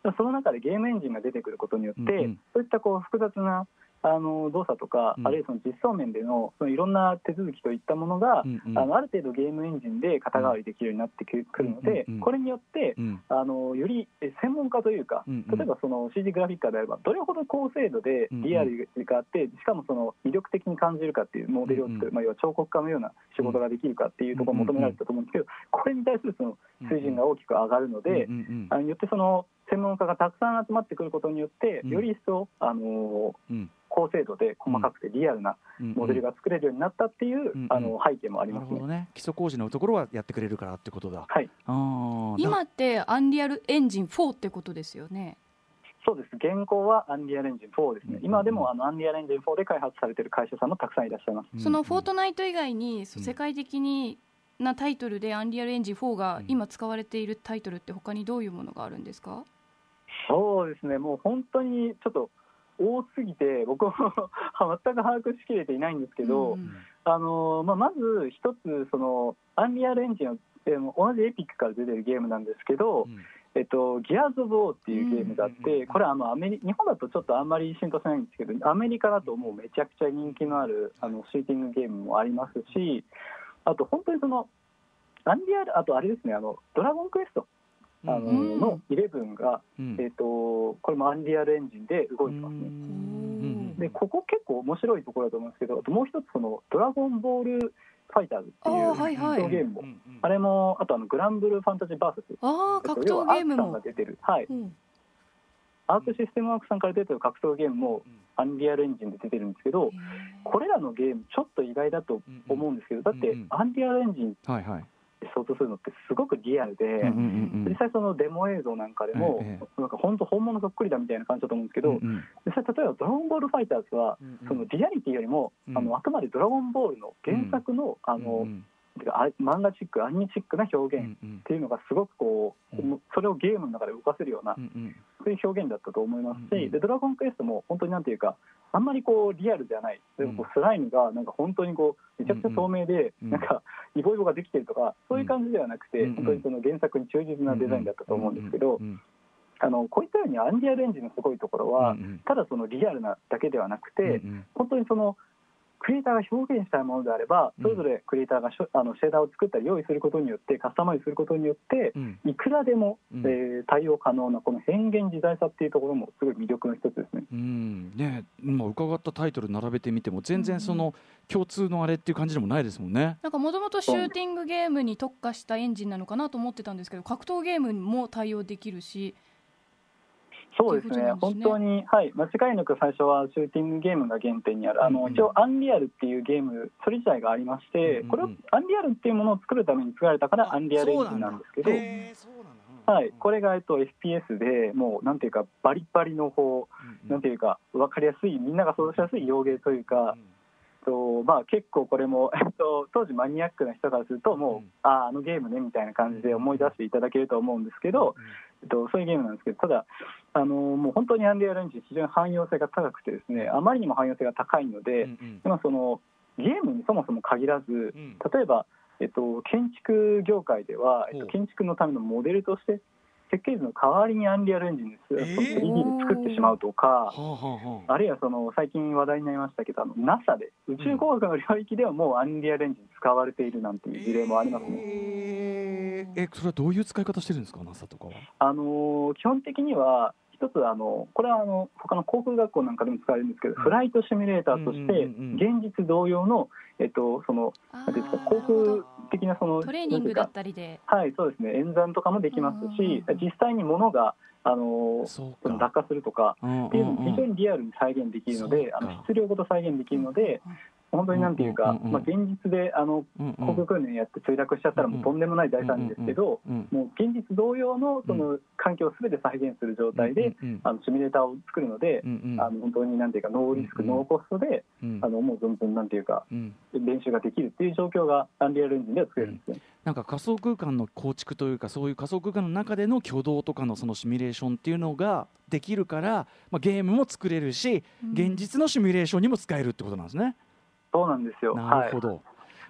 その中でゲームエンジンが出てくることによって、 うんうん、 そういったこう複雑な動作とか、あるいはその実装面でのそのいろんな手続きといったものが、ある程度ゲームエンジンで肩代わりできるようになってくるので、これによって、より専門家というか、例えばその CG グラフィッカーであればどれほど高精度でリアルがあって、しかもその魅力的に感じるかっていうモデルを作る、要は彫刻家のような仕事ができるかっていうところを求められたと思うんですけど、これに対するその水準が大きく上がるので、よってその専門家がたくさん集まってくることによって、より一層高精度で細かくてリアルなモデルが作れるようになったっていう背景もありますね。 なるほどね。基礎工事のところはやってくれるからってことだ。 はい。 今ってアンリアルエンジン4ってことですよね。 そうです。現行はアンリアルエンジン4ですね。今でもアンリアルエンジン4で開発されている会社さんもたくさんいらっしゃいます。 そのフォートナイト以外に世界的になタイトルでアンリアルエンジン4が今使われているタイトルって他にどういうものがあるんですか？ そうですね。もう本当にちょっと多すぎて僕も全く把握しきれていないんですけど、まず一つそのアンリアルエンジン同じエピックから出てるゲームなんですけど、ギアーズ・オブ・オーっていうゲームがあって、これは日本だとちょっとあんまり浸透しないんですけど、アメリカだともうめちゃくちゃ人気のあるシューティングゲームもありますし、あと本当にそのアンリアル、あとあれですね、ドラゴンクエストの11が、これもアンリアルエンジンで動いてますね。でここ結構面白いところだと思うんですけど、あともう一つそのドラゴンボールファイターズっていうゲームも、あれも、あとグランブルファンタジーバーサス、 格闘ゲームもアークさんが出てる、アークシステムワークさんから出てる格闘ゲームもアンリアルエンジンで出てるんですけど、これらのゲームちょっと意外だと思うんですけど、だってアンリアルエンジン想像するのってすごくリアルで、実際そのデモ映像なんかでも、なんか本当本物そっくりだみたいな感じだと思うんですけど、実際例えばドラゴンボールファイターズは、そのリアリティよりも、あくまでドラゴンボールの原作の、漫画チック、アニメチックな表現っていうのがすごくこう、それをゲームの中で動かせるような、そういう表現だったと思いますし、でドラゴンクエストも本当になんていうか、あんまりこうリアルじゃない、でもこうスライムがなんか本当にこうめちゃくちゃ透明で、なんかイボイボができてるとか、そういう感じではなくて、本当にその原作に忠実なデザインだったと思うんですけど、こういったようにアンリアルエンジンのすごいところは、ただそのリアルなだけではなくて、本当にそのクリエイターが表現したいものであれば、それぞれクリエイターがシェーダーを作ったり用意することによって、カスタマイズすることによって、いくらでも、対応可能なこの変幻自在さっていうところもすごい魅力の一つですね。 今伺ったタイトル並べてみても全然その共通のあれっていう感じでもないですもんね。 なんかもともとシューティングゲームに特化したエンジンなのかなと思ってたんですけど、格闘ゲームも対応できるし。 そうですね、本当に、間違いなく最初はシューティングゲームが原点にある、一応アンリアルっていうゲームそれ自体がありまして、これをアンリアルっていうものを作るために作られたからアンリアルエンジンなんですけど、これがFPS でもうなんていうかバリバリのこう、なんていうか分かりやすい、みんなが想像しやすい洋芸というか、結構これも、当時マニアックな人からするともう、あのゲームねみたいな感じで思い出していただけると思うんですけど、そういうゲームなんですけど、ただもう本当にアンリアルエンジン非常に汎用性が高くてですね、あまりにも汎用性が高いので、そのゲームにそもそも限らず、例えば、建築業界では、建築のためのモデルとして設計図の代わりにアンリアルエンジンで 3D で作ってしまうとか、あるいはその最近話題になりましたけど、NASA で宇宙工学の領域ではもうアンリアルエンジン使われているなんていう事例もありますね。 それはどういう使い方してるんですか、 NASA とかは。 基本的には一つこれは他の航空学校なんかでも使われるんですけど、フライトシミュレーターとして現実同様のそのなんていうんですか、航空的なそのトレーニングだったりで、 そうですね、演算とかもできますし、実際に物が落下するとかっていうのも非常にリアルに再現できるので、質量ごと再現できるので、本当になんていうか、現実で航空訓練やって墜落しちゃったらもうとんでもない大惨事ですけど、もう現実同様のその環境を全て再現する状態でシミュレーターを作るので、本当になんていうかノーリスクノーコストでもう存分なんていうか練習ができるっていう状況がアンリアルエンジンでは作れるんですね。 なんか仮想空間の構築というか、そういう仮想空間の中での挙動とかのそのシミュレーションっていうのができるから、ゲームも作れるし、現実のシミュレーションにも使えるってことなんですね。 そうなんですよ。 なるほど。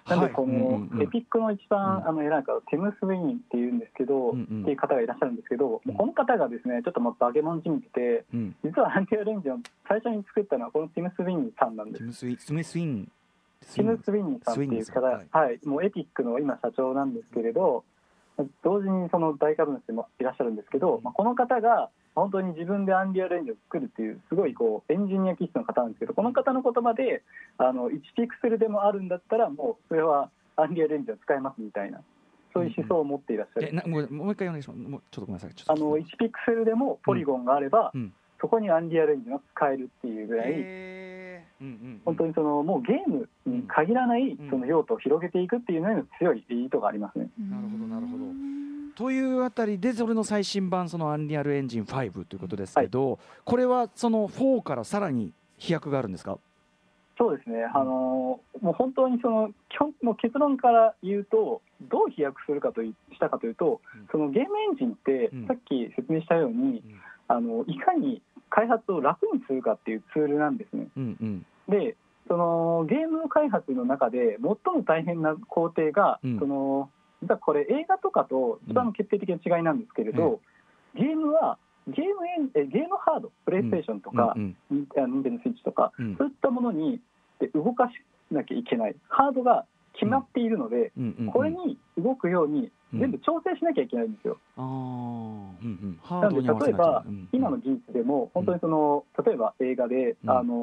なんでこのエピックの一番偉い方、ティム・スウィーンっていうんですけど、っていう方がいらっしゃるんですけど、この方がですねちょっとバケモンじみてて、実はアンリアルエンジンを最初に作ったのはこのティム・スウィーンさんなんです。 ティム・スウィーンさんっていう方、はい、もうエピックの今社長なんですけれど、同時にその大株主もいらっしゃるんですけど、この方が本当に自分でアンリアルエンジンを作るっていうすごいエンジニア気質の方なんですけど、この方の言葉で1ピクセルでもあるんだったらもうそれはアンリアルエンジンを使えますみたいな、そういう思想を持っていらっしゃる。 もう一回お願いします。もうちょっとごめんなさい。 1ピクセルでもポリゴンがあれば、そこにアンリアルエンジンを使えるっていうぐらい、本当にもうゲームに限らないその用途を広げていくっていうのへの強い意図がありますね。 なるほどなるほど。というあたりでそれの最新版そのアンリアルエンジン5ということですけど、これはその4からさらに飛躍があるんですか？ そうですね、もう本当にもう結論から言うとどう飛躍するかとしたかというと、そのゲームエンジンってさっき説明したように、いかに開発を楽にするかっていうツールなんですね。でそのゲーム開発の中で最も大変な工程が、実はこれ映画とかと一番の決定的な違いなんですけれど、ゲームはゲームハード、プレイステーションとか、ニンテンドースイッチとか、そういったものに動かしなきゃいけないハードが決まっているので、これに動くように全部調整しなきゃいけないんですよ。なので例えば今の技術でも本当に例えば映画で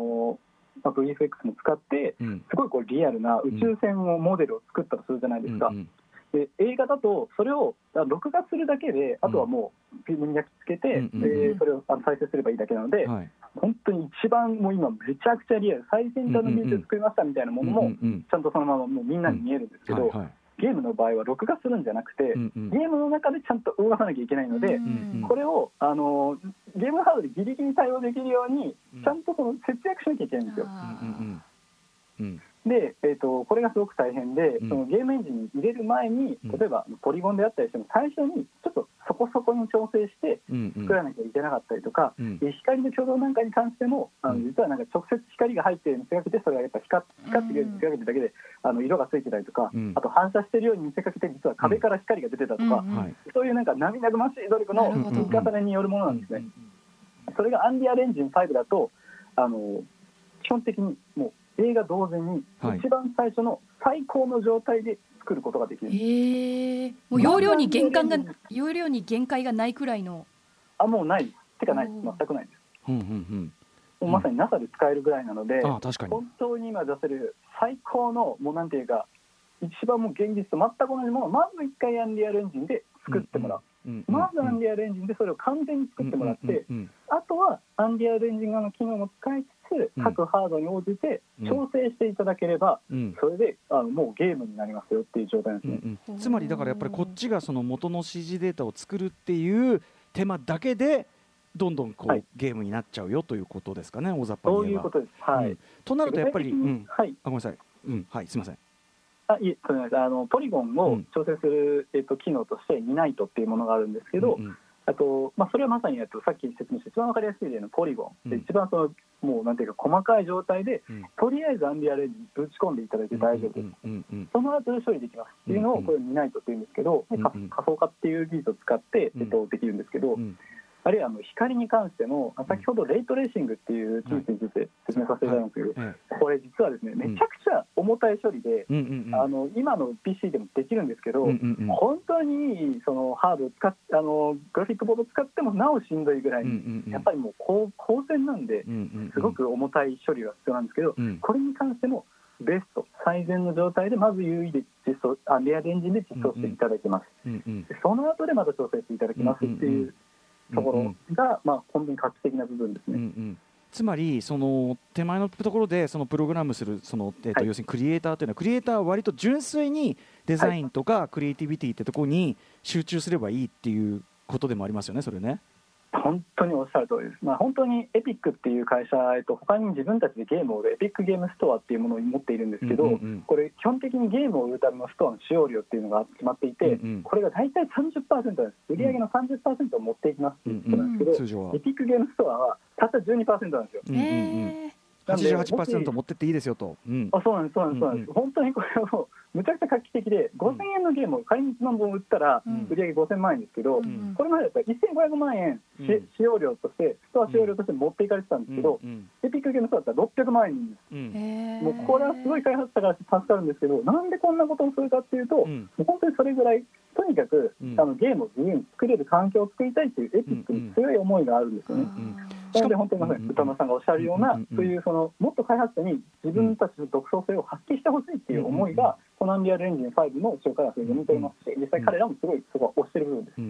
VFX も使ってすごいリアルな宇宙船をモデルを作ったとするじゃないですか。で映画だとそれを録画するだけで、あとはもうフィルムに焼き付けて、それを再生すればいいだけなので、本当に一番もう今めちゃくちゃリアル、最先端の技術で作りましたみたいなものもちゃんとそのままもうみんなに見えるんですけど、ゲームの場合は録画するんじゃなくて、ゲームの中でちゃんと動かさなきゃいけないので、これをゲームハードでギリギリ対応できるようにちゃんと節約しなきゃいけないんですよ。でこれがすごく大変で、そのゲームエンジンに入れる前に、例えばポリゴンであったりしても最初にちょっとそこそこに調整して作らなきゃいけなかったりとか、光の挙動なんかに関しても実は直接光が入っているように見せかけて、それがやっぱ光ってるように見せかけてるだけで色がついてたりとか、あと反射してるように見せかけて実は壁から光が出てたとか、そういう涙ぐましい努力の積み重ねによるものなんですね。それがアンリアルエンジン5だと基本的にもう映画同然に一番最初の最高の状態で作ることができる。 もう容量に限界がないくらいの。 もうないです。てかないです。全くないです。もうまさに NASA で使えるぐらいなので、本当に今出せる最高のもうなんていうか一番もう現実と全く同じものをまず一回アンリアルエンジンで作ってもらう。まずアンリアルエンジンでそれを完全に作ってもらって、あとはアンリアルエンジン側の機能も使いつつ各ハードに応じて調整していただければ、それでもうゲームになりますよっていう状態なんですね。 つまりだからやっぱりこっちがその元の指示データを作るっていう手間だけでどんどんゲームになっちゃうよということですかね、大雑把に言えば。 そういうことです。 となるとやっぱり、ごめんなさい、すみません。 いえ、ポリゴンを調整する、機能としてニナイトっていうものがあるんですけど、それはまさにさっき説明した一番分かりやすい例のポリゴンで、一番もうなんていうか細かい状態で、とりあえずアンリアルエンジンにぶち込んでいただいて大丈夫です、その後で処理できますっていうのをこれニナイトっていうんですけど、仮想化っていう技術を使って、できるんですけど、あるいは光に関しても先ほどレイトレーシングっていう技術について説明させていただいたんですけど、これ実はですねめちゃくちゃ重たい処理で、今の PC でもできるんですけど、本当にそのハードを使ってグラフィックボードを使ってもなおしんどいぐらいに、やっぱりもう光線なんですごく重たい処理が必要なんですけど、これに関してもベスト最善の状態でまず優位でレアルエンジンで実装していただけます、その後でまた調整していただきますっていうところが、本当に画期的な部分ですね。 つまりその手前のところでそのプログラムする要するにクリエイターというのは、クリエイターは割と純粋にデザインとかクリエイティビティってところに集中すればいいっていうことでもありますよね、それね。 本当におっしゃる通りです。本当にエピックっていう会社、他に自分たちでゲームを売るエピックゲームストアっていうものを持っているんですけど、これ基本的にゲームを売るためのストアの使用量っていうのが決まっていて、これが大体 30% です。売上の 30% を持っていきますっていうことなんですけど、エピックゲームストアはたった 12% なんですよ。 88% 持ってっていいですよと、 そうなんです、本当にこれはもうむちゃくちゃ画期的で、5000円のゲームを仮に1万本売ったら売り上げ5000万円ですけど、これまでだったら1500万円使用料として、ストア使用料として持っていかれてたんですけど、エピックゲームストアだったら600万円です。もうこれはすごい開発者から助かるんですけど、なんでこんなことをするかっていうと、もう本当にそれぐらいとにかくゲームを自由に作れる環境を作りたいというエピックに強い思いがあるんですよね。なので本当にまさに歌丸さんがおっしゃるような、そういうもっと開発者に自分たちの独創性を発揮してほしいっていう思いが、このアンリアルエンジン5の使用開発に読み取れますし、実際彼らもすごいそこは推してる部分です。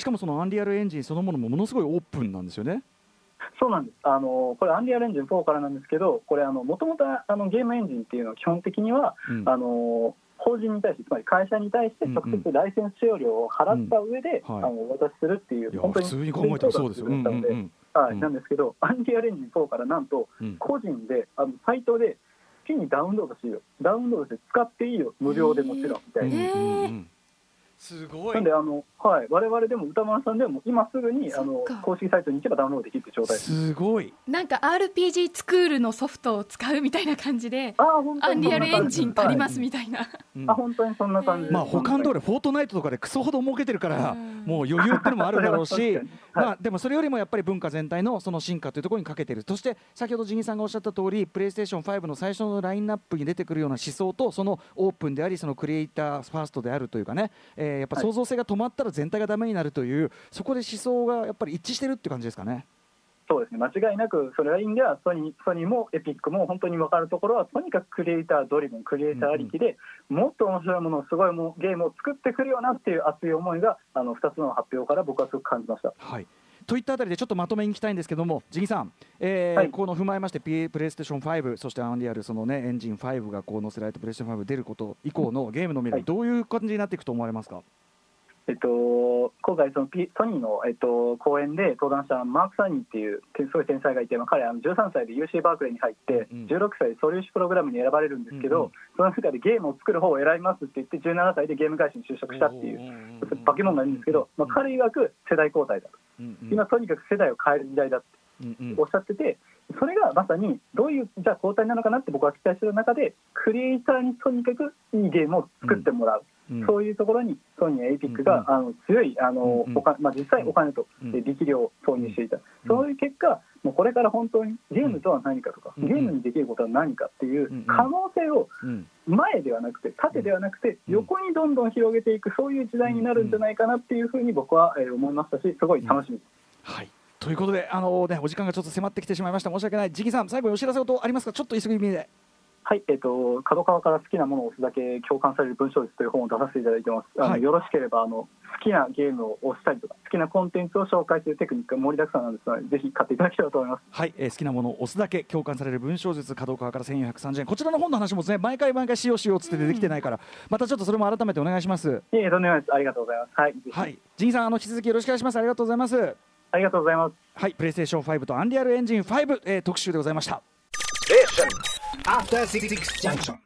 しかもそのアンリアルエンジンそのものもものすごいオープンなんですよね。 そうなんです。これアンリアルエンジン4からなんですけど、これもともとゲームエンジンっていうのは基本的には、法人に対して、つまり会社に対して直接ライセンス使用料を払った上で、お渡しするっていう、本当に普通に考えたらそうですよ。 なんですけど、アンリアルエンジン4からなんと個人でサイトで好きにダウンロードしていいよ、ダウンロードして使っていいよ、無料でもちろんみたいな。 すごい。 なんで我々でも歌丸さんでも今すぐに公式サイトに行けばダウンロードできるって状態です。 すごい。 なんか RPG スクールのソフトを使うみたいな感じで、アンリアルエンジン借りますみたいな。 本当にそんな感じ。 他のところでフォートナイトとかでクソほど儲けてるからもう余裕ってのもあるだろうしでもそれよりもやっぱり文化全体のその進化というところにかけてる。そして先ほどジギさんがおっしゃった通り、プレイステーション5の最初のラインナップに出てくるような思想と、そのオープンでありそのクリエイターファーストであるというかね、やっぱ創造性が止まったら全体がダメになるという、そこで思想がやっぱり一致してるって感じですかね。 そうですね、間違いなくそれラインではソニーもエピックも本当に分かるところは、とにかくクリエイタードリブン、クリエイターありきで、もっと面白いものをすごいゲームを作ってくるよなっていう熱い思いが2つの発表から僕はすごく感じました。 はい、といったあたりでちょっとまとめにいきたいんですけども、ジギさん、この踏まえましてプレイステーション5、そしてアンリアルその、エンジン5がこう載せられてプレイステーション5出ること以降のゲームの未来、どういう感じになっていくと思われますか？ 今回ソニーの、講演で登壇したマーク・サニーっていうすごい天才がいて、彼は13歳で UC バークレーに入って16歳で素粒子プログラムに選ばれるんですけど、その中でゲームを作る方を選びますって言って17歳でゲーム会社に就職したっていう化け物がいるんですけど、彼曰く世代交代だと、今とにかく世代を変える時代だっておっしゃってて、それがまさにどういうじゃあ交代なのかなって僕は期待してる中で、クリエイターにとにかくいいゲームを作ってもらう、そういうところにソニーやエピックが強い実際お金と力量を投入していた、そういう結果、もうこれから本当にゲームとは何かとか、ゲームにできることは何かっていう可能性を前ではなくて縦ではなくて横にどんどん広げていく、そういう時代になるんじゃないかなっていうふうに僕は思いましたし、すごい楽しみです。 はいということでお時間がちょっと迫ってきてしまいました。申し訳ない。ジギさん、最後にお知らせ事ありますか？ちょっと急ぎ目で。 はい、角川から好きなものを押すだけ共感される文章術という本を出させていただいてます。よろしければ好きなゲームを押したりとか、好きなコンテンツを紹介するテクニックが盛りだくさんなんですので、ぜひ買っていただければと思います。 はい、好きなものを押すだけ共感される文章術、角川から1430円。こちらの本の話もですね、毎回使用しようつってできてないから、またちょっとそれも改めてお願いします。 いえ、とんでもないです。ありがとうございます。 はい、ジギさん、引き続きよろしくお願いします。ありがとうございます。 ありがとうございます。 はい、プレイステーション5とアンリアルエンジン5、特集でございました。